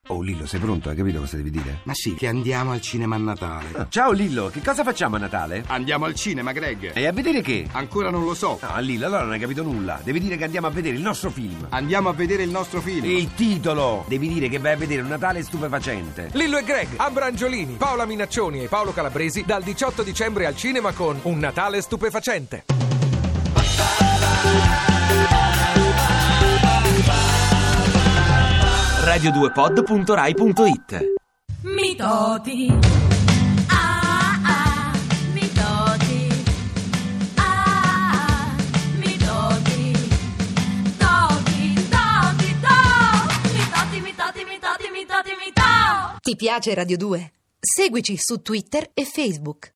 Oh Lillo, sei pronto? Hai capito cosa devi dire? Ma sì, che andiamo al cinema a Natale. Ciao Lillo, che cosa facciamo a Natale? Andiamo al cinema, Greg. E a vedere che? Ancora non lo so. No, Lillo, allora non hai capito nulla. Devi dire che andiamo a vedere il nostro film. Andiamo a vedere il nostro film. Il titolo! Devi dire che vai a vedere un Natale stupefacente. Lillo e Greg, Ambra Angiolini, Paola Minaccioni e Paolo Calabresi dal 18 dicembre al cinema con Un Natale stupefacente. radio2pod.rai.it. Mitoti. Mitoti. Mitoti. Mitoti. Ti piace Radio 2? Seguici su Twitter e Facebook.